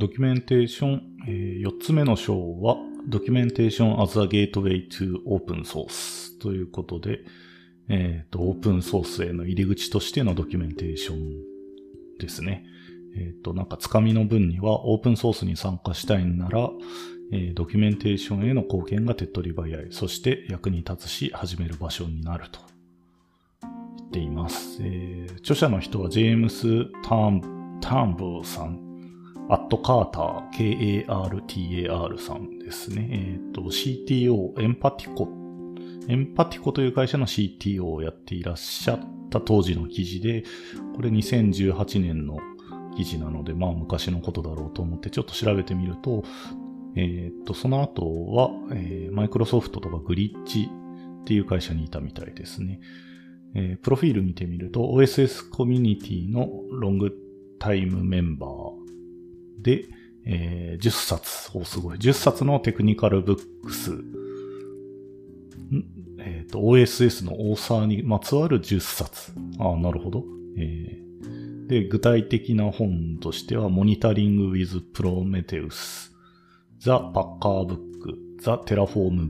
ドキュメンテーション、4つ目の章は、ドキュメンテーション as a gateway to open source ということで、オープンソースへの入り口としてのドキュメンテーションですね。なんかつかみの文には、オープンソースに参加したいなら、ドキュメンテーションへの貢献が手っ取り早い。そして役に立つし、始める場所になると言っています。著者の人はジェームス・ターンブーさん、アットカーター、KARTAR さんですね。CTO、エンパティコという会社の CTO をやっていらっしゃった当時の記事で、これ2018年の記事なので、まあ昔のことだろうと思ってちょっと調べてみると、その後は、マイクロソフトとかグリッチっていう会社にいたみたいですね。プロフィール見てみると OSS コミュニティのロングタイムメンバーで、10冊、すごい。10冊のテクニカルブックス、OSS のオーサーにまつわる10冊。なるほど。で、具体的な本としては、モニタリング with Prometheus、The Packer Book、The Terraform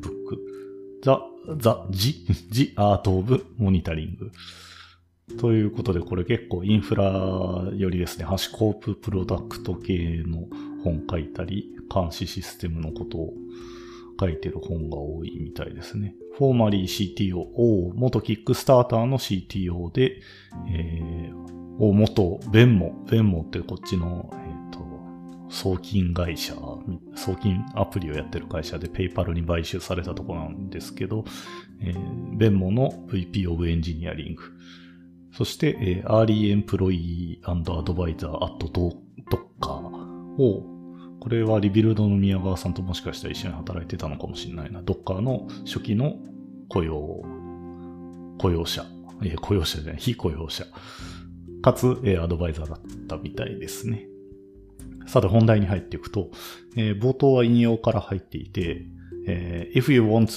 Book、The Art of Monitoring。ということで、これ結構インフラよりですね、ハシコーププロダクト系の本書いたり、監視システムのことを書いてる本が多いみたいですね。フォーマリー CTO、元キックスターターの CTO で、元ベンモってこっちの、送金会社、送金アプリをやってる会社でペイパルに買収されたところなんですけど、ベンモの VP of Engineering。そして、Early Employee and Advisor at Docker を、これはリビルドの宮川さんともしかしたら一緒に働いてたのかもしれないな。Docker の初期の非雇用者。かつ、アドバイザーだったみたいですね。さて本題に入っていくと、冒頭は引用から入っていて、If you want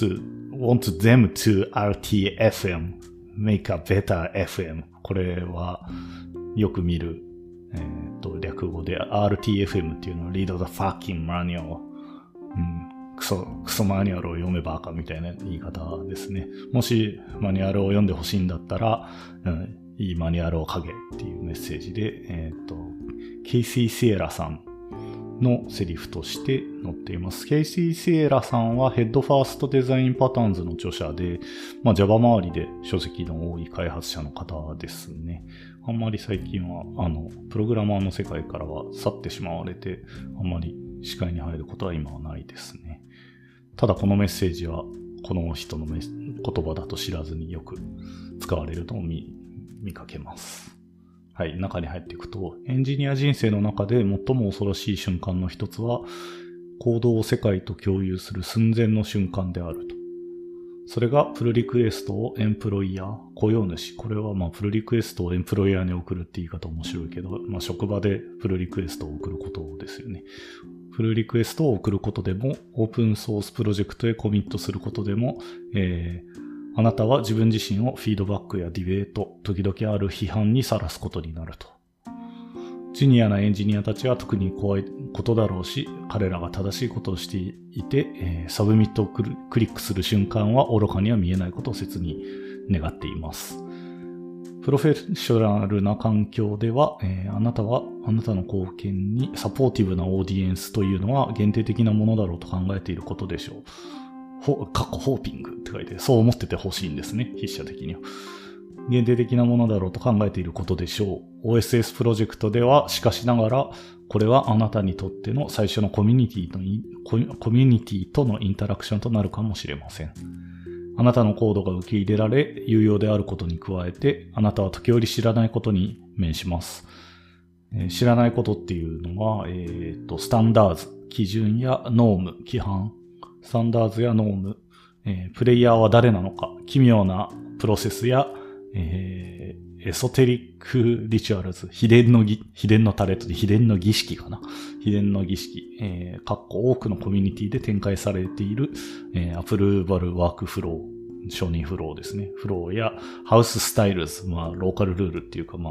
them to RTFM, make a better FM。これはよく見る、略語で RTFM っていうのは Read the fucking manual。クソマニュアルを読めばかみたいな言い方ですね。もしマニュアルを読んでほしいんだったら、いいマニュアルを書けっていうメッセージで、ケイシー・シエラさんのセリフとして載っています。ケイシー・シエラさんはヘッドファーストデザインパターンズの著者で、Java 周りで書籍の多い開発者の方ですね。あんまり最近は、プログラマーの世界からは去ってしまわれて、あんまり視界に入ることは今はないですね。ただこのメッセージは、この人の言葉だと知らずによく使われるのを見かけます。はい、中に入っていくと、エンジニア人生の中で最も恐ろしい瞬間の一つは、コードを世界と共有する寸前の瞬間であると。それがプルリクエストをエンプロイヤー、雇用主。これはプルリクエストをエンプロイヤーに送るって言い方面白いけど、職場でプルリクエストを送ることですよね。プルリクエストを送ることでも、オープンソースプロジェクトへコミットすることでも、あなたは自分自身をフィードバックやディベート、時々ある批判にさらすことになると。ジュニアなエンジニアたちは特に怖いことだろうし、彼らが正しいことをしていて、サブミットをクリックする瞬間は愚かには見えないことを切に願っています。プロフェッショナルな環境では、あなたの貢献にサポーティブなオーディエンスというのは限定的なものだろうと考えていることでしょう。ホーピングって書いて、そう思っててほしいんですね、筆者的には。限定的なものだろうと考えていることでしょう。OSS プロジェクトでは、しかしながら、これはあなたにとっての最初のコミュニティとのインタラクションとなるかもしれません。あなたのコードが受け入れられ、有用であることに加えて、あなたは時折知らないことに面します。知らないことっていうのは、スタンダーズ、基準やノーム、規範、スタンダーズやノーム、プレイヤーは誰なのか、奇妙なプロセスや、エソテリックリチュアルズ、秘伝のタレとで秘伝の儀式かな。秘伝の儀式、多くのコミュニティで展開されている、アプルーバルワークフロー、承認フローですね。フローやハウススタイルズ、ローカルルールっていうか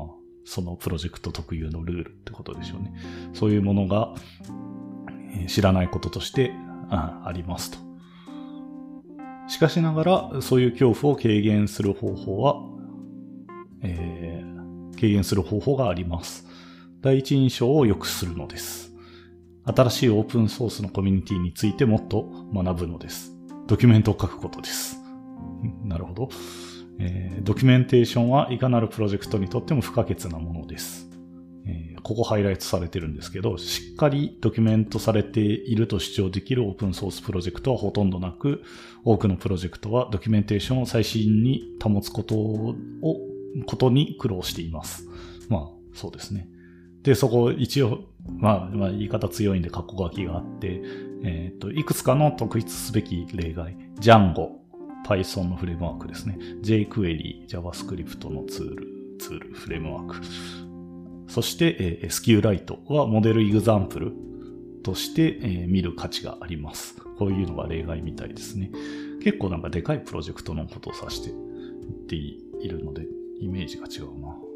そのプロジェクト特有のルールってことでしょうね。そういうものが知らないこととしてありますと。しかしながら、そういう恐怖を軽減する方法があります。第一印象を良くするのです。新しいオープンソースのコミュニティについてもっと学ぶのです。ドキュメントを書くことです。なるほど。ドキュメンテーションはいかなるプロジェクトにとっても不可欠なものです。ここハイライトされてるんですけど、しっかりドキュメントされていると主張できるオープンソースプロジェクトはほとんどなく、多くのプロジェクトはドキュメンテーションを最新に保つことに苦労しています。まあ、そうですね。で、そこ一応、まあ言い方強いんで括弧書きがあって、いくつかの特筆すべき例外。Django、Python のフレームワークですね。jQuery、JavaScript のツール、フレームワーク。そして、SQLite はモデルエグザンプルとして、見る価値があります。こういうのが例外みたいですね。結構なんかでかいプロジェクトのことを指して言っているので、イメージが違うな。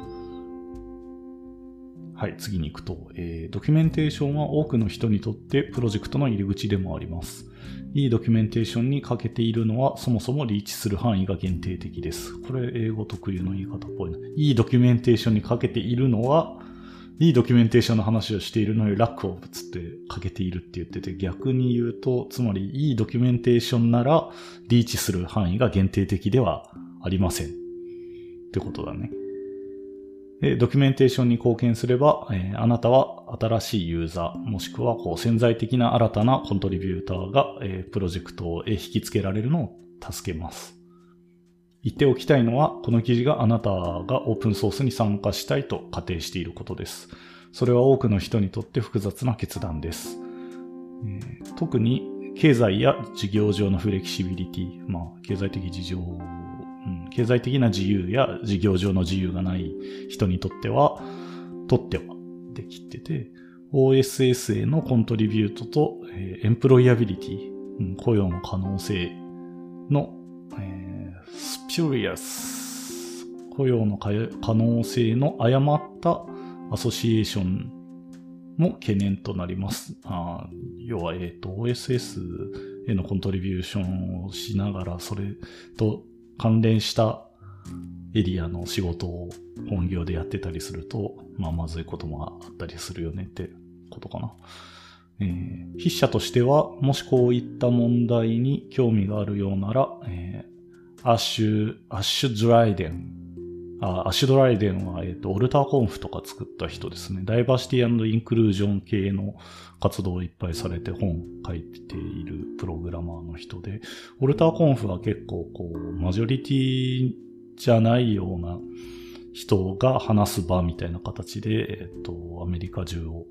はい、次に行くと、ドキュメンテーションは多くの人にとってプロジェクトの入り口でもあります。いいドキュメンテーションに欠けているのはそもそもリーチする範囲が限定的です。これ英語特有の言い方っぽいな。いいドキュメンテーションに欠けているのは、いいドキュメンテーションの話をしているのにラックをつって欠けているって言ってて、逆に言うと、つまりいいドキュメンテーションならリーチする範囲が限定的ではありません。ってことだね。ドキュメンテーションに貢献すれば、あなたは新しいユーザー、もしくは潜在的な新たなコントリビューターが、プロジェクトへ引き付けられるのを助けます。言っておきたいのは、この記事があなたがオープンソースに参加したいと仮定していることです。それは多くの人にとって複雑な決断です。特に経済や事業上のフレキシビリティ、経済的な自由や事業上の自由がない人にとってはできてて、OSS へのコントリビュートと、エンプロイアビリティ、雇用の可能性の、スピュリアス、雇用の可能性の誤ったアソシエーションも懸念となります。要は、OSS へのコントリビューションをしながら、それと関連したエリアの仕事を本業でやってたりすると、まずいこともあったりするよねってことかな。筆者としては、もしこういった問題に興味があるようなら、アッシュドライデンは、オルターコンフとか作った人ですね。ダイバーシティ&インクルージョン系の活動をいっぱいされて本書いているプログラマーの人で、オルターコンフは結構マジョリティじゃないような人が話す場みたいな形で、アメリカ中を、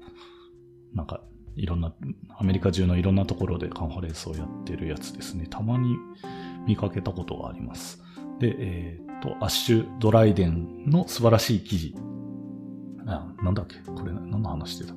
アメリカ中のいろんなところでカンファレンスをやってるやつですね。たまに見かけたことがあります。で、アッシュ・ドライデンの素晴らしい記事。なんだっけこれ何の話してた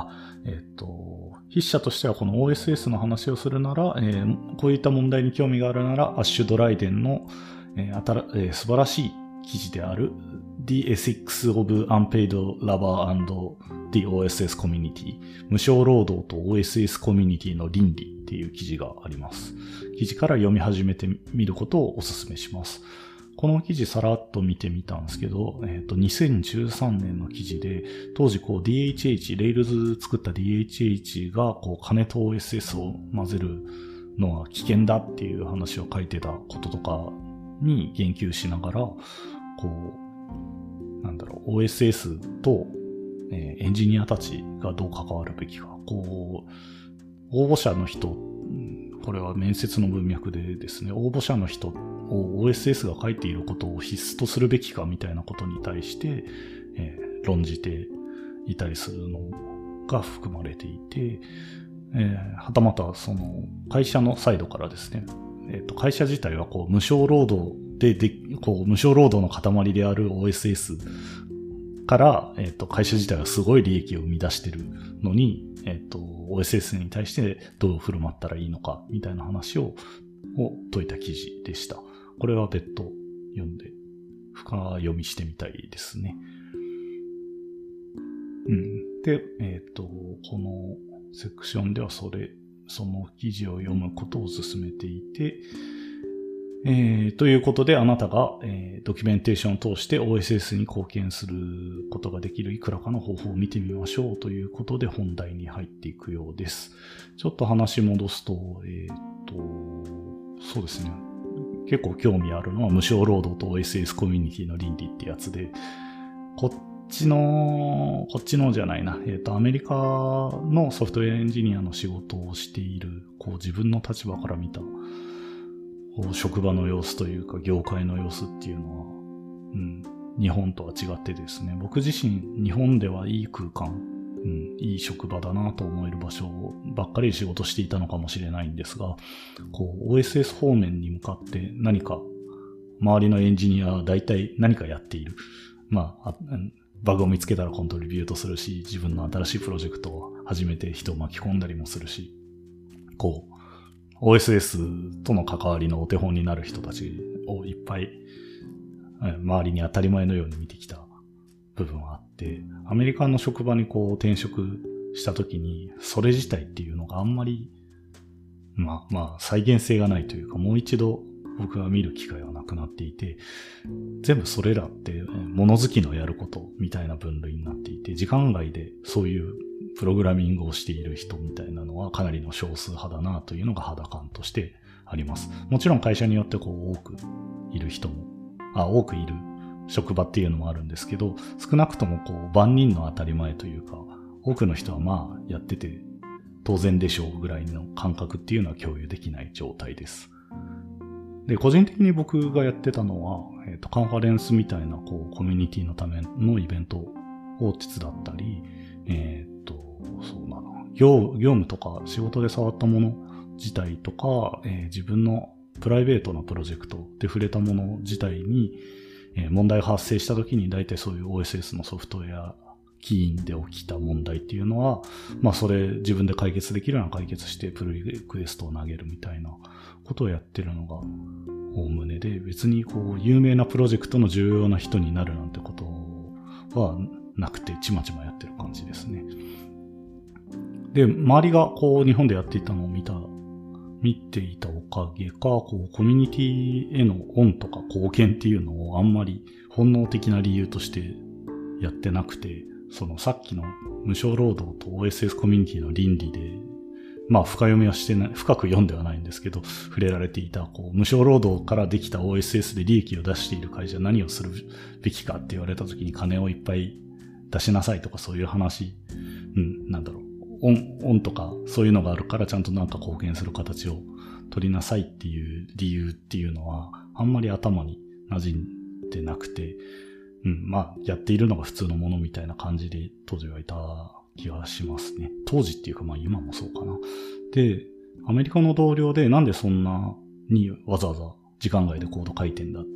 筆者としてはこの OSS の話をするなら、こういった問題に興味があるなら、アッシュ・ドライデンの、素晴らしい記事である The Ethics of Unpaid Labor and the OSS Community 無償労働と OSS コミュニティの倫理っていう記事があります。記事から読み始めてみることをお勧めします。この記事さらっと見てみたんですけど、2013年の記事で、当時DHH、Rails 作った DHH が金と OSS を混ぜるのは危険だっていう話を書いてたこととかに言及しながら、OSS と、エンジニアたちがどう関わるべきか、応募者の人、これは面接の文脈でですね、応募者の人を OSS が書いていることを必須とするべきかみたいなことに対して、論じていたりするのが含まれていて、はたまたその会社のサイドからですね、会社自体は無償労働無償労働の塊である OSS から、会社自体はすごい利益を生み出してるのに、OSS に対してどう振る舞ったらいいのかみたいな話を説いた記事でした。これは別途読んで深読みしてみたいですね。 で、このセクションではその記事を読むことを勧めていて、ということであなたが、ドキュメンテーションを通して OSS に貢献することができるいくらかの方法を見てみましょうということで本題に入っていくようです。ちょっと話戻すと、そうですね。結構興味あるのは無償労働と OSS コミュニティの倫理ってやつで、こっちのじゃないな。アメリカのソフトウェアエンジニアの仕事をしている、自分の立場から見た、職場の様子というか、業界の様子っていうのは、日本とは違ってですね、僕自身、日本ではいい空間、いい職場だなと思える場所ばっかり仕事していたのかもしれないんですが、OSS 方面に向かって何か、周りのエンジニアは大体何かやっている。バグを見つけたらコントリビュートするし、自分の新しいプロジェクトを始めて人を巻き込んだりもするし、OSS との関わりのお手本になる人たちをいっぱい周りに当たり前のように見てきた部分はあって、アメリカの職場に転職した時に、それ自体っていうのがあんまり、再現性がないというか、もう一度僕が見る機会はなくなっていて、全部それらって物好きのやることみたいな分類になっていて、時間外でそういうプログラミングをしている人みたいなのはかなりの少数派だなというのが肌感としてあります。もちろん会社によって多くいる職場っていうのもあるんですけど、少なくとも万人の当たり前というか、多くの人はやってて当然でしょうぐらいの感覚っていうのは共有できない状態です。で、個人的に僕がやってたのは、カンファレンスみたいなコミュニティのためのイベントを手伝ったり、そうだな、業務とか仕事で触ったもの自体とか、自分のプライベートなプロジェクトで触れたもの自体に、問題が発生した時に大体そういう OSS のソフトウェア起因で起きた問題っていうのは、それ自分で解決できるような解決してプルリクエストを投げるみたいなことをやってるのがおおむねで、別に有名なプロジェクトの重要な人になるなんてことはなくて、ちまちまやってる感じですね。で、周りが日本でやっていたのを見ていたおかげか、コミュニティへの恩とか貢献っていうのをあんまり本能的な理由としてやってなくて、さっきの無償労働と OSS コミュニティの倫理で、深読みはしてない、深く読んではないんですけど、触れられていた、無償労働からできた OSS で利益を出している会社は何をするべきかって言われた時に金をいっぱい出しなさいとかそういう話、恩とかそういうのがあるからちゃんと貢献する形を取りなさいっていう理由っていうのはあんまり頭に馴染んでなくて、やっているのが普通のものみたいな感じで当時はいた気がしますね。当時っていうか今もそうかな。で、アメリカの同僚でなんでそんなにわざわざ時間外でコード書いてんだって、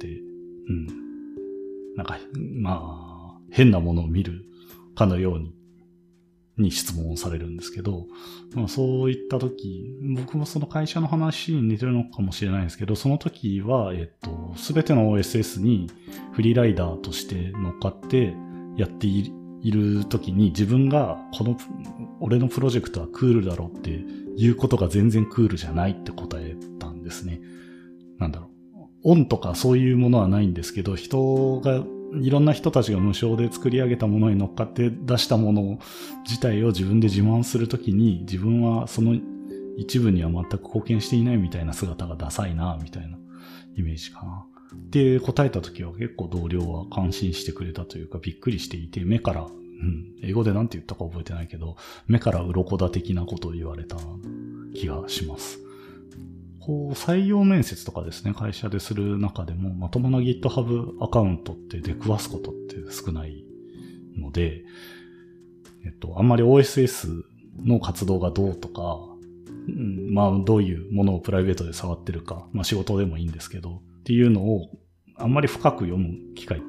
変なものを見るかのように質問をされるんですけど、そういった時、僕もその会社の話に似てるのかもしれないんですけど、その時は、すべての OSS にフリーライダーとして乗っかってやっている時に自分が俺のプロジェクトはクールだろっていうことが全然クールじゃないって答えたんですね。恩とかそういうものはないんですけど、いろんな人たちが無償で作り上げたものに乗っかって出したもの自体を自分で自慢するときに、自分はその一部には全く貢献していないみたいな姿がダサいなみたいなイメージかな。で、答えたときは結構同僚は感心してくれたというかびっくりしていて、目から、英語でなんて言ったか覚えてないけど、目から鱗だ的なことを言われた気がします。採用面接とかですね、会社でする中でもまともな GitHub アカウントって出くわすことって少ないので、あんまり OSS の活動がどうとか、どういうものをプライベートで触ってるか、仕事でもいいんですけど、っていうのをあんまり深く読む機会って、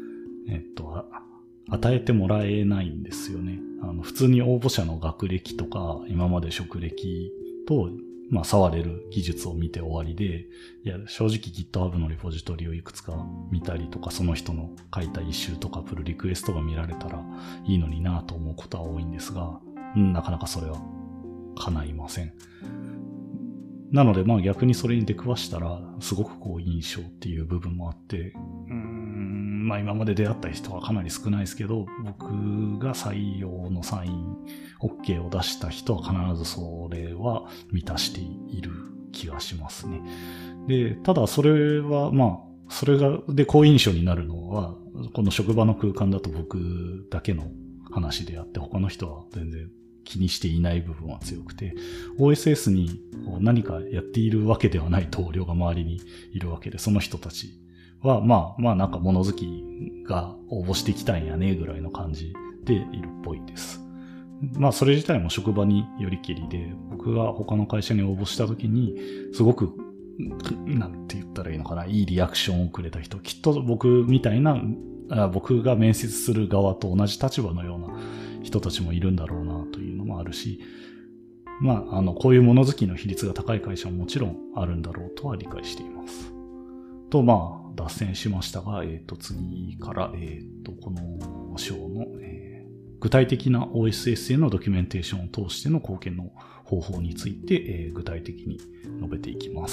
与えてもらえないんですよね。普通に応募者の学歴とか、今まで職歴とまあ触れる技術を見て終わりで、いや、正直 GitHub のリポジトリをいくつか見たりとか、その人の書いたイシューとかプルリクエストが見られたらいいのになと思うことは多いんですが、なかなかそれは叶いません。なのでまあ逆にそれに出くわしたら、すごく好印象っていう部分もあって、まあ今まで出会った人はかなり少ないですけど、僕が採用のサイン、OK を出した人は必ずそれは満たしている気がしますね。で、ただそれはまあ、それで好印象になるのは、この職場の空間だと僕だけの話であって、他の人は全然気にしていない部分は強くて、OSS に何かやっているわけではない同僚が周りにいるわけで、その人たちは、まあなんか物好きが応募してきたんやね、ぐらいの感じでいるっぽいです。まあそれ自体も職場によりけりで、僕が他の会社に応募した時に、すごく、なんて言ったらいいのかな、いいリアクションをくれた人、きっと僕みたいな、僕が面接する側と同じ立場のような人たちもいるんだろうなというのもあるし、まあ、こういう物好きの比率が高い会社ももちろんあるんだろうとは理解しています。と、まあ、脱線しましたが、次から、この章の、具体的な OSS へのドキュメンテーションを通しての貢献の方法について、具体的に述べていきます。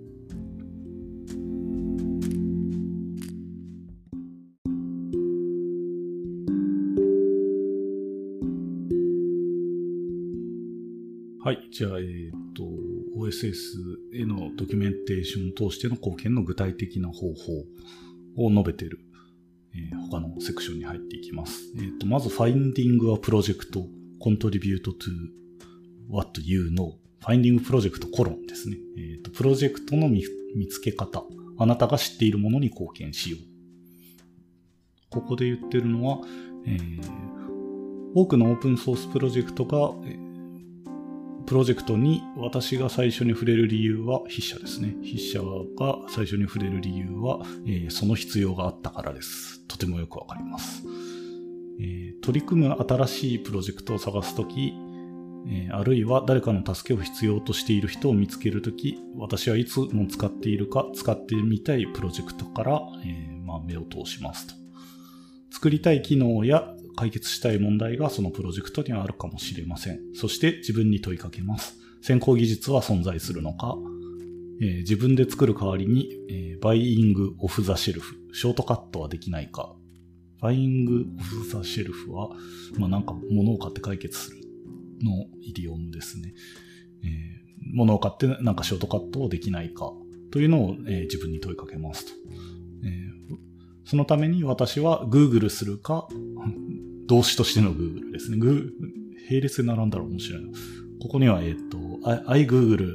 はい。じゃあ、OSS へのドキュメンテーションを通しての貢献の具体的な方法を述べている、他のセクションに入っていきます。まず、Finding a Project Contribute to What You Know。Finding Project コロンですね。プロジェクトの見つけ方。あなたが知っているものに貢献しよう。ここで言ってるのは、多くのオープンソースプロジェクトが、プロジェクトに私が最初に触れる理由は筆者ですね。筆者が最初に触れる理由は、その必要があったからです。とてもよくわかります。取り組む新しいプロジェクトを探すとき、あるいは誰かの助けを必要としている人を見つけるとき、私はいつも使っているか使ってみたいプロジェクトから、目を通しますと。作りたい機能や解決したい問題がそのプロジェクトにはあるかもしれません。そして自分に問いかけます。先行技術は存在するのか、自分で作る代わりに、バイイングオフザシェルフ、ショートカットはできないか。バイイングオフザシェルフは、なんか物を買って解決するのイディオムですね。物を買ってなんかショートカットをできないかというのを、自分に問いかけますと。そのために私は Google するか、動詞としての Google ですね。並列で並んだら面白いな。ここには、I Google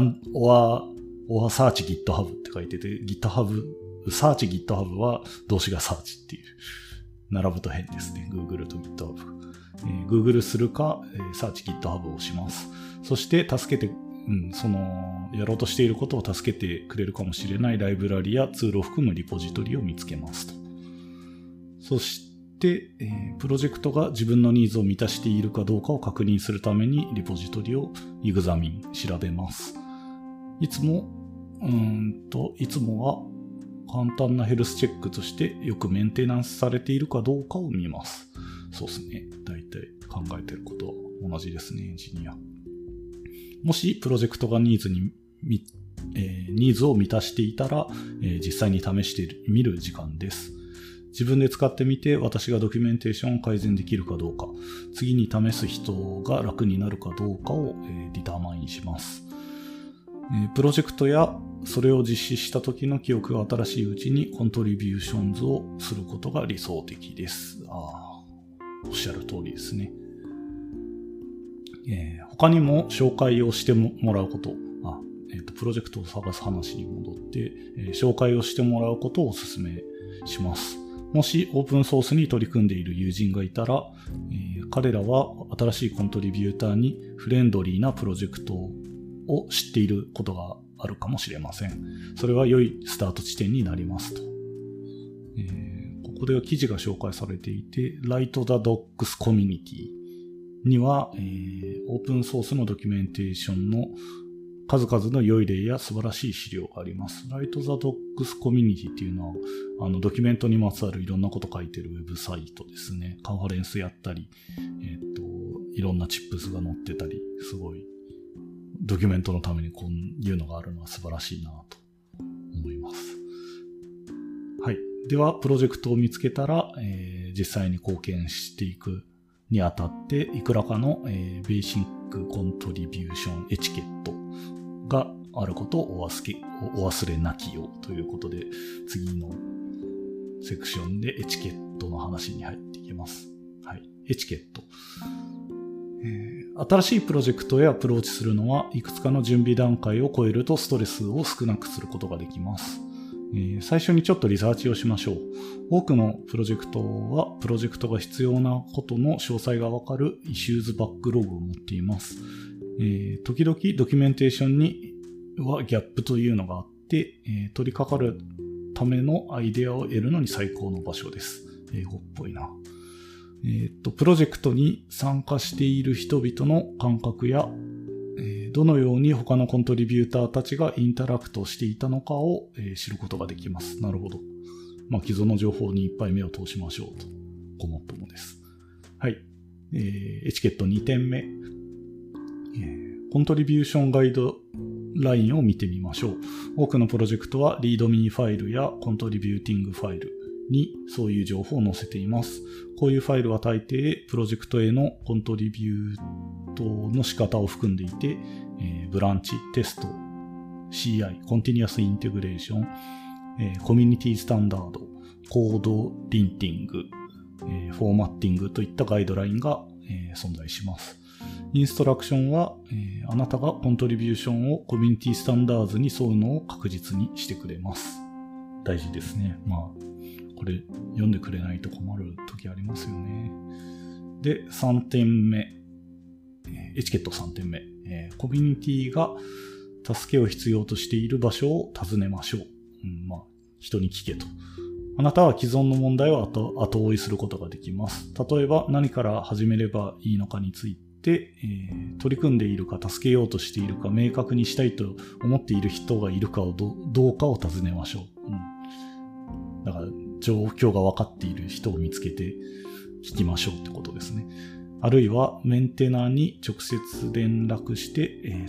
or search GitHub って書いてて、GitHub、search GitHub は動詞が search っていう。並ぶと変ですね。Google と GitHub。Google するか、search GitHub をします。そして助けて、やろうとしていることを助けてくれるかもしれないライブラリやツールを含むリポジトリを見つけますと。そして、プロジェクトが自分のニーズを満たしているかどうかを確認するためにリポジトリをエグザミン、調べます。いつもは簡単なヘルスチェックとしてよくメンテナンスされているかどうかを見ます。そうですね。大体考えていることは同じですね、エンジニア。もしプロジェクトがニーズを満たしていたら、実際に試してみる時間です。自分で使ってみて私がドキュメンテーションを改善できるかどうか、次に試す人が楽になるかどうかを、ディターマインします。プロジェクトやそれを実施した時の記憶が新しいうちにコントリビューションズをすることが理想的です。おっしゃる通りですね。他にも紹介をしてもらうこと、プロジェクトを探す話に戻って、紹介をしてもらうことをお勧めします。もしオープンソースに取り組んでいる友人がいたら、彼らは新しいコントリビューターにフレンドリーなプロジェクトを知っていることがあるかもしれません。それは良いスタート地点になりますと。ここでは記事が紹介されていて、Write the Docs Communityには、オープンソースのドキュメンテーションの数々の良い例や素晴らしい資料があります。ライト・ザ・ドッグス・コミュニティっていうのは、ドキュメントにまつわるいろんなこと書いてるウェブサイトですね。カンファレンスやったり、いろんなチップスが載ってたり、すごい、ドキュメントのためにこういうのがあるのは素晴らしいなと思います。はい。では、プロジェクトを見つけたら、実際に貢献していくにあたって、いくらかの、ベーシックコントリビューションエチケットがあることをお忘れなきようということで、次のセクションでエチケットの話に入っていきます。はい。エチケット。新しいプロジェクトへアプローチするのはいくつかの準備段階を超えるとストレスを少なくすることができます。最初にちょっとリサーチをしましょう。多くのプロジェクトはプロジェクトが必要なことの詳細がわかるイシューズバックログを持っています。時々ドキュメンテーションにはギャップというのがあって、取り掛かるためのアイデアを得るのに最高の場所です。英語っぽいな。プロジェクトに参加している人々の感覚や、どのように他のコントリビューターたちがインタラクトしていたのかを、知ることができます。なるほど。既存の情報にいっぱい目を通しましょうと。ごもっともです。はい。エチケット2点目。コントリビューションガイドラインを見てみましょう。多くのプロジェクトは README ファイルやコントリビューティングファイルにそういう情報を載せています。こういうファイルは大抵プロジェクトへのコントリビュートの仕方を含んでいて、ブランチ、テスト、CI、コンティニュアスインテグレーション、コミュニティスタンダード、コードリンティング、フォーマッティングといったガイドラインが、存在します。インストラクションは、あなたがコントリビューションをコミュニティスタンダードに沿うのを確実にしてくれます。大事ですね。これ読んでくれないと困る時ありますよね。で、3点目。エチケット3点目。コミュニティが助けを必要としている場所を尋ねましょう。人に聞けと。あなたは既存の問題を後追いすることができます。例えば何から始めればいいのかについて、取り組んでいるか助けようとしているか明確にしたいと思っている人がいるかをどうかを尋ねましょう。だから状況が分かっている人を見つけて聞きましょうってことですね。あるいはメンテナーに直接連絡して、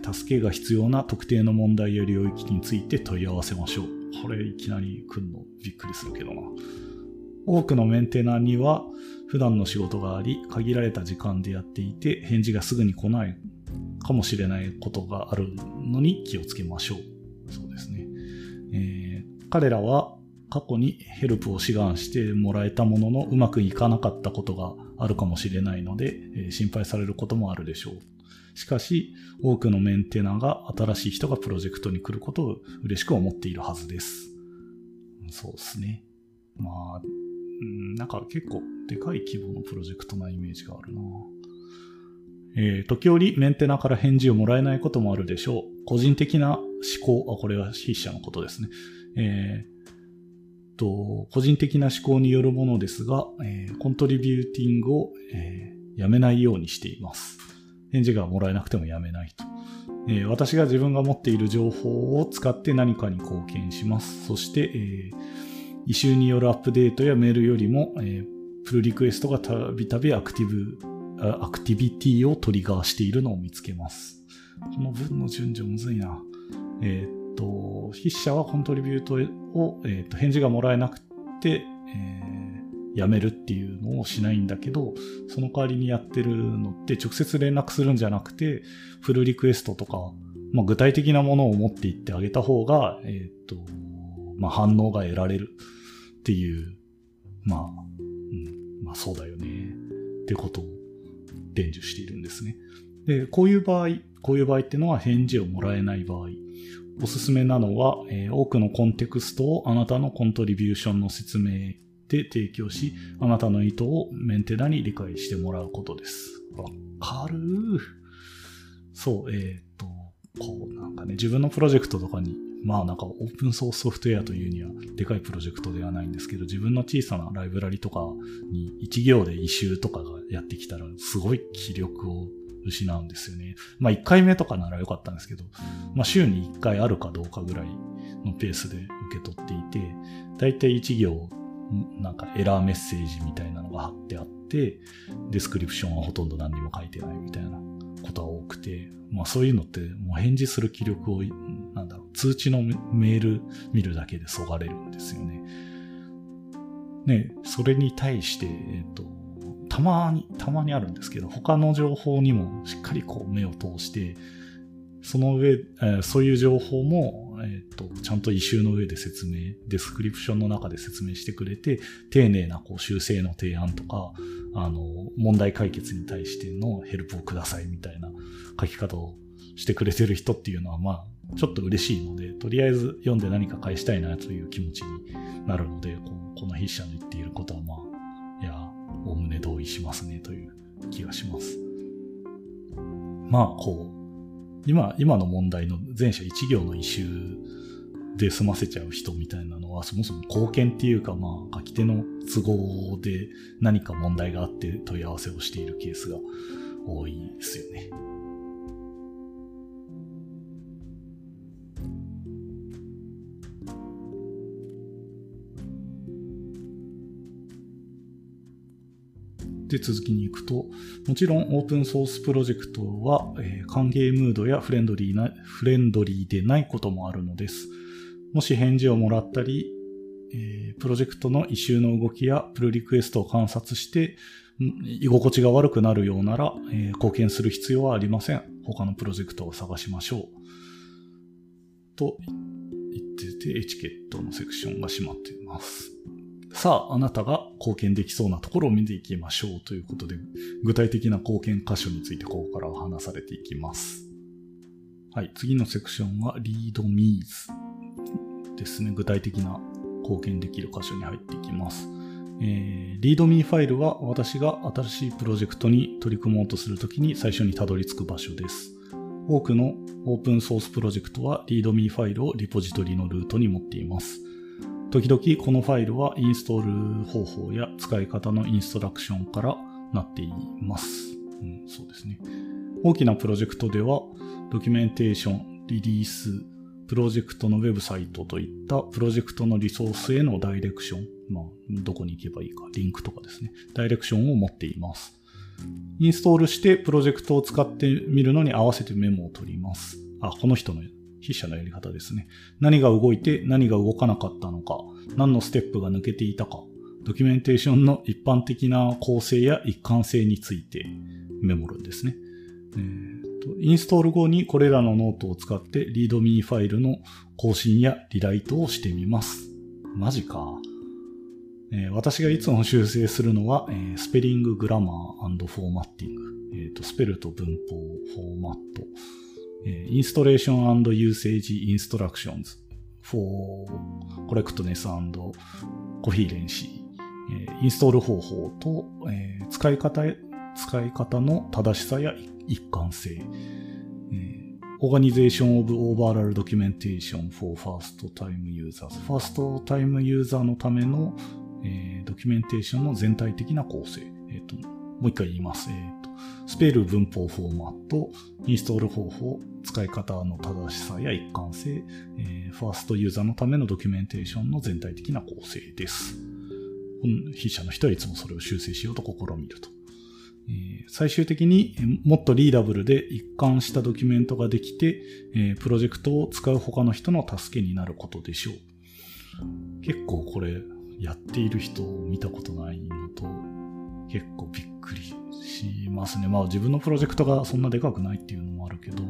助けが必要な特定の問題や領域について問い合わせましょう。これいきなり来るのびっくりするけどな。多くのメンテナーには普段の仕事があり、限られた時間でやっていて返事がすぐに来ないかもしれないことがあるのに気をつけましょう。そうですね。彼らは過去にヘルプを志願してもらえたもののうまくいかなかったことがあるかもしれないので、心配されることもあるでしょう。しかし多くのメンテナーが新しい人がプロジェクトに来ることを嬉しく思っているはずです。そうですね。なんか結構でかい規模のプロジェクトなイメージがあるな。時折メンテナーから返事をもらえないこともあるでしょう。個人的な思考、これは筆者のことですね。個人的な思考によるものですが、コントリビューティングを、やめないようにしています。返事がもらえなくてもやめないと。私が自分が持っている情報を使って何かに貢献します。そして、イシューによるアップデートやメールよりも、プルリクエストがたびたびアクティビティをトリガーしているのを見つけます。この文の順序むずいな。筆者はコントリビュートを、返事がもらえなくて、やめるっていうのをしないんだけど、その代わりにやってるのって直接連絡するんじゃなくて、プルリクエストとか、具体的なものを持っていってあげた方が、反応が得られるっていう、そうだよねってことを伝授しているんですね。で、こういう場合っていうのは返事をもらえない場合、おすすめなのは、多くのコンテクストをあなたのコントリビューションの説明で提供し、あなたの意図をメンテナーに理解してもらうことです。わかる？そう、自分のプロジェクトとかに、オープンソースソフトウェアというにはでかいプロジェクトではないんですけど、自分の小さなライブラリとかに1行でイシューとかがやってきたら、すごい気力を失うんですよね。まあ1回目とかならよかったんですけど、まあ週に1回あるかどうかぐらいのペースで受け取っていて、だいたい1行なんかエラーメッセージみたいなのが貼ってあって、デスクリプションはほとんど何にも書いてないみたいなことが多くて、まあそういうのってもう返事する気力を、通知のメール見るだけでそがれるんですよね。ね、それに対して、たまにあるんですけど、他の情報にもしっかりこう目を通して、その上、そういう情報も、ちゃんとイシューの上でデスクリプションの中で説明してくれて、丁寧なこう修正の提案とか、問題解決に対してのヘルプをくださいみたいな書き方をしてくれてる人っていうのは、まあ、ちょっと嬉しいので、とりあえず読んで何か返したいなという気持ちになるので、この筆者の言っていることは、まあ、いや、おおむね同意しますねという気がします。まあ、こう、今の問題の前者1行のイシューで済ませちゃう人みたいなのは、そもそも貢献っていうか、まあ、書き手の都合で何か問題があって問い合わせをしているケースが多いですよね。で、続きに行くと、もちろんオープンソースプロジェクトは、歓迎ムードやフレンドリーでないこともあるのです。もし返事をもらったり、プロジェクトのイシューの動きやプルリクエストを観察して、居心地が悪くなるようなら、貢献する必要はありません。他のプロジェクトを探しましょう。と言ってて、エチケットのセクションが閉まっています。さあ、あなたが貢献できそうなところを見ていきましょうということで、具体的な貢献箇所についてここから話されていきます。はい、次のセクションは READMEs ですね。具体的な貢献できる箇所に入っていきます。README ファイルは私が新しいプロジェクトに取り組もうとするときに最初にたどり着く場所です。多くのオープンソースプロジェクトは README ファイルをリポジトリのルートに持っています。時々このファイルはインストール方法や使い方のインストラクションからなっています。そうですね。大きなプロジェクトではドキュメンテーション、リリース、プロジェクトのウェブサイトといったプロジェクトのリソースへのダイレクション、どこに行けばいいか、リンクとかですね。ダイレクションを持っています。インストールしてプロジェクトを使ってみるのに合わせてメモを取ります。この人の筆者のやり方ですね。何が動いて何が動かなかったのか、何のステップが抜けていたか、ドキュメンテーションの一般的な構成や一貫性についてメモるんですね。インストール後にこれらのノートを使って README ファイルの更新やリライトをしてみます。マジか。私がいつも修正するのは、スペリング、グラマー&フォーマッティング、スペルと文法、フォーマット、インストレーション&ユーセージインストラクションズ for correctness and coherency、インストール方法と、使い方の正しさや一貫性、Organization of Overall Documentation for First Time Users、First Time User のための、ドキュメンテーションの全体的な構成、もう一回言います。スペル、文法、フォーマット、インストール方法、使い方の正しさや一貫性、ファーストユーザーのためのドキュメンテーションの全体的な構成です。筆者の人はいつもそれを修正しようと試みると。最終的にもっとリーダブルで一貫したドキュメントができて、プロジェクトを使う他の人の助けになることでしょう。結構これやっている人を見たことないのと結構びっくりしますね。自分のプロジェクトがそんなでかくないっていうのもあるけど、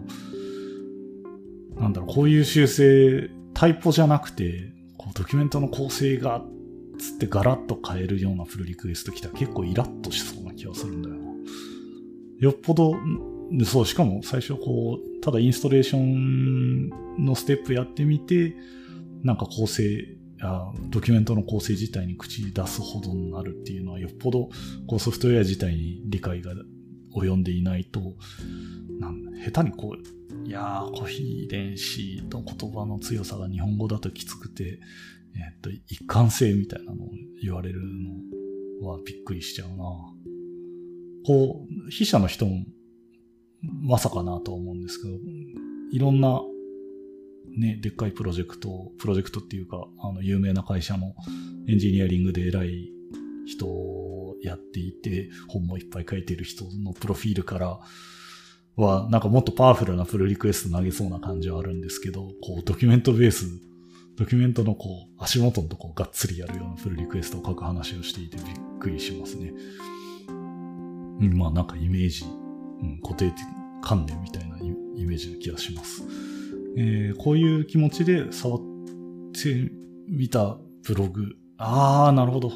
こういう修正タイポじゃなくてドキュメントの構成がつってガラッと変えるようなプルリクエスト来たら結構イラッとしそうな気がするんだよな。よっぽど、そう、しかも最初ただインストレーションのステップやってみて、構成、ドキュメントの構成自体に口出すほどになるっていうのはよっぽどソフトウェア自体に理解が及んでいないと、下手にコヒーレンシーの言葉の強さが日本語だときつくて、一貫性みたいなのを言われるのはびっくりしちゃうな。筆者の人もまさかなと思うんですけど、いろんな、ね、でっかいプロジェクトっていうか、有名な会社のエンジニアリングで偉い人をやっていて、本もいっぱい書いてる人のプロフィールからは、なんかもっとパワフルなプルリクエスト投げそうな感じはあるんですけど、こう、ドキュメントのこう、足元のとこがっつりやるようなプルリクエストを書く話をしていてびっくりしますね。まあなんかイメージ、固定観念みたいなイメージな気がします。こういう気持ちで触ってみたブログ。なるほど。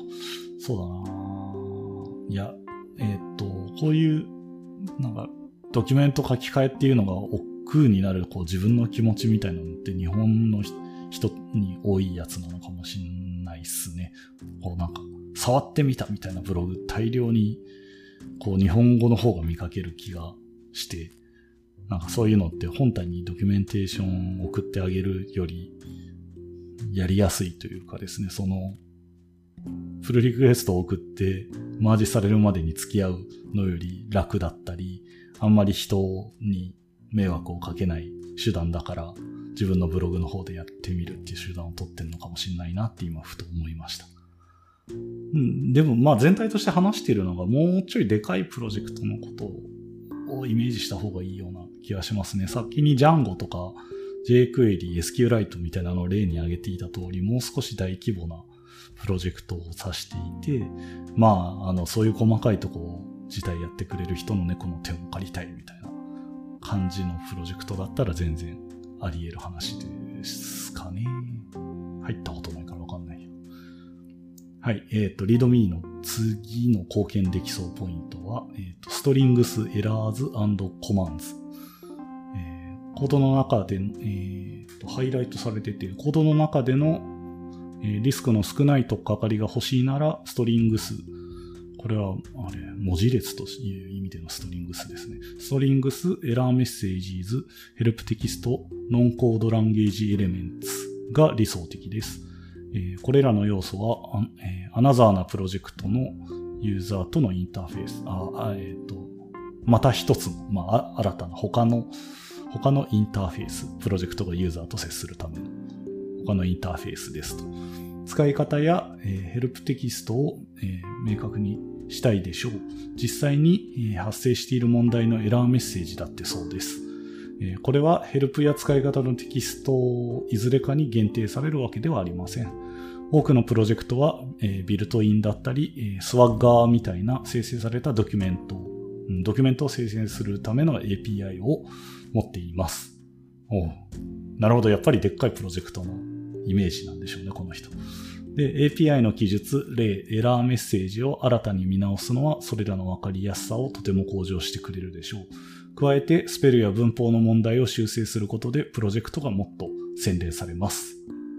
そうだな。いや、こういう、なんか、ドキュメント書き換えっていうのが億劫になる、こう自分の気持ちみたいなのって日本の人に多いやつなのかもしれないっすね。こうなんか、触ってみたみたいなブログ大量に、こう日本語の方が見かける気がして、なんかそういうのって本体にドキュメンテーションを送ってあげるよりやりやすいというかですね、そのプルリクエストを送ってマージされるまでに付き合うのより楽だったり、あんまり人に迷惑をかけない手段だから自分のブログの方でやってみるっていう手段を取ってるのかもしれないなって今ふと思いました。でもまあ全体として話しているのがもうちょいでかいプロジェクトのことをイメージした方がいいような気がしますね。先に Django とか jQuery、SQLite みたいなのを例に挙げていた通り、もう少し大規模なプロジェクトを指していて、まあ、そういう細かいとこ自体やってくれる人の猫の手を借りたいみたいな感じのプロジェクトだったら全然あり得る話ですかね。入ったことないからわかんないよ。はい。readme の次の貢献できそうポイントは、strings, errors and commands。コードの中で、ハイライトされてて、コードの中での、リスクの少ない取っかかりが欲しいなら、ストリングス。これは、文字列という意味でのストリングスですね。ストリングス、エラーメッセージズ、ヘルプテキスト、ノンコードランゲージエレメンツが理想的です。これらの要素は、アナザーなプロジェクトのユーザーとのインターフェース、また一つの、新たな他のインターフェース、プロジェクトがユーザーと接するための他のインターフェースですと。使い方や、ヘルプテキストを、明確にしたいでしょう。実際に、発生している問題のエラーメッセージだってそうです。これはヘルプや使い方のテキストいずれかに限定されるわけではありません。多くのプロジェクトは、ビルトインだったり、スワッガーみたいな生成されたドキュメントを生成するための API を持っています。なるほど。やっぱりでっかいプロジェクトのイメージなんでしょうね、この人。で、API の記述、例、エラーメッセージを新たに見直すのは、それらの分かりやすさをとても向上してくれるでしょう。加えて、スペルや文法の問題を修正することで、プロジェクトがもっと洗練されます。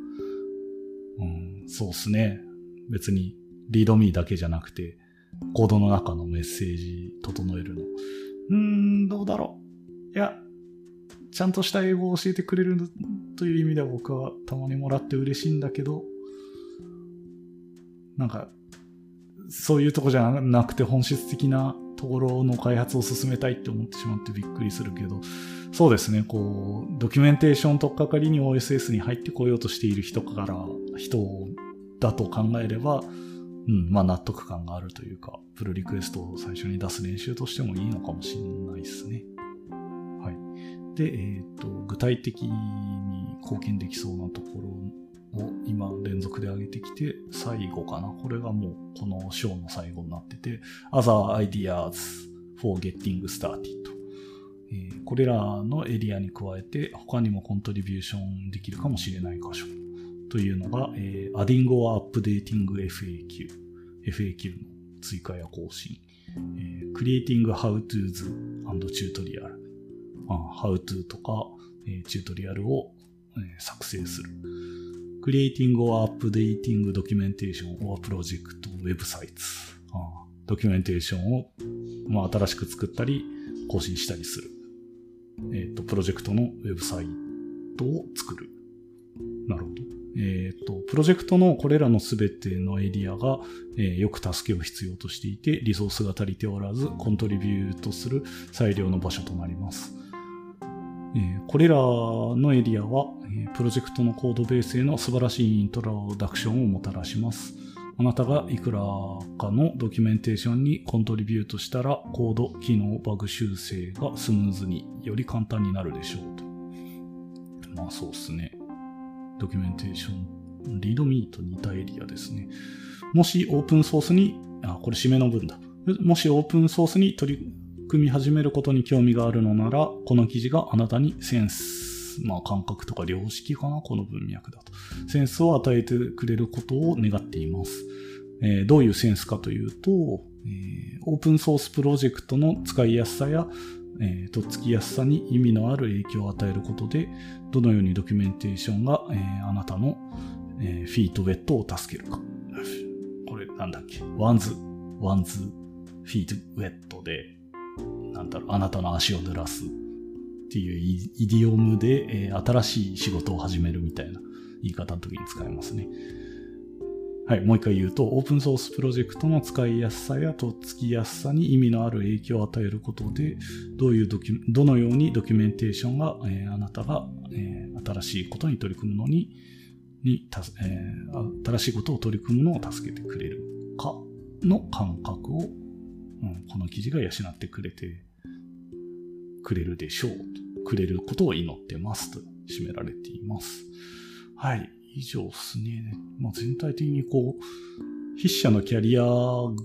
そうですね。別に、リードミーだけじゃなくて、コードの中のメッセージ整えるの。どうだろう。いや、ちゃんとした英語を教えてくれるという意味では僕はたまにもらって嬉しいんだけど、なんか、そういうとこじゃなくて本質的なところの開発を進めたいって思ってしまってびっくりするけど、そうですね、こう、ドキュメンテーション取っかかりに OSS に入ってこようとしている人だと考えれば、納得感があるというか、プルリクエストを最初に出す練習としてもいいのかもしれないですね。はい。で、具体的に貢献できそうなところを今連続で上げてきて、最後かな。これがもうこの章の最後になってて、Other Ideas for Getting Started。これらのエリアに加えて、他にもコントリビューションできるかもしれない箇所というのが、Adding or Updating FAQ の追加や更新、Creating How-Tos and Tutorial、How to とか、チュートリアルを、作成する。Creating or Updating Documentation or Project Websites。ドキュメンテーションを、新しく作ったり、更新したりする。プロジェクトのウェブサイトを作る。なるほど。 プロジェクトのこれらのすべてのエリアが、よく助けを必要としていて、リソースが足りておらず、コントリビュートする最良の場所となります。これらのエリアは、プロジェクトのコードベースへの素晴らしいイントロダクションをもたらします。あなたがいくらかのドキュメンテーションにコントリビュートしたら、コード、機能、バグ修正がスムーズにより簡単になるでしょうと。まあそうですね。ドキュメンテーション、リードミーと似たエリアですね。もしオープンソースに、これ締めの文だ。もしオープンソースに取り組み始めることに興味があるのなら、この記事があなたにセンス、感覚とか良識かな、この文脈だと。センスを与えてくれることを願っています。どういうセンスかというと、オープンソースプロジェクトの使いやすさや、とっつきやすさに意味のある影響を与えることで、どのようにドキュメンテーションが、あなたの、フィートウェットを助けるか。これなんだっけ？ワンズ、フィートウェットで、あなたの足を濡らすっていうイディオムで、新しい仕事を始めるみたいな言い方の時に使いますね。はい、もう一回言うと、オープンソースプロジェクトの使いやすさやとっつきやすさに意味のある影響を与えることで、どのようにドキュメンテーションが、あなたが、新しいことに取り組むのに新しいことを取り組むのを助けてくれるかの感覚を、この記事が養ってくれるでしょうと、くれることを祈ってますと締められています。はい。以上ですね。全体的に筆者のキャリアの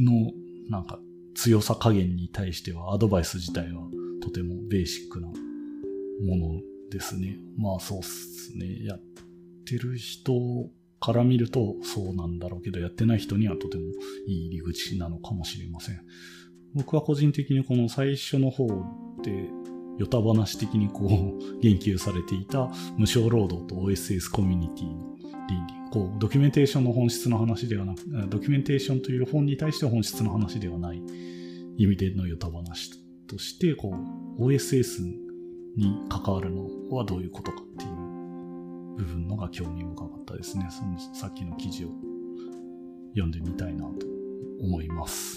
強さ加減に対してはアドバイス自体はとてもベーシックなものですね。そうっすね。やってる人から見るとそうなんだろうけど、やってない人にはとてもいい入り口なのかもしれません。僕は個人的にこの最初の方でヨタ話的に言及されていた無償労働と OSS コミュニティの倫理。ドキュメンテーションの本質の話ではなく、ドキュメンテーションという本に対しては本質の話ではない意味でのヨタ話として、OSS に関わるのはどういうことかっていう部分のが興味深かったですね。さっきの記事を読んでみたいなと思います。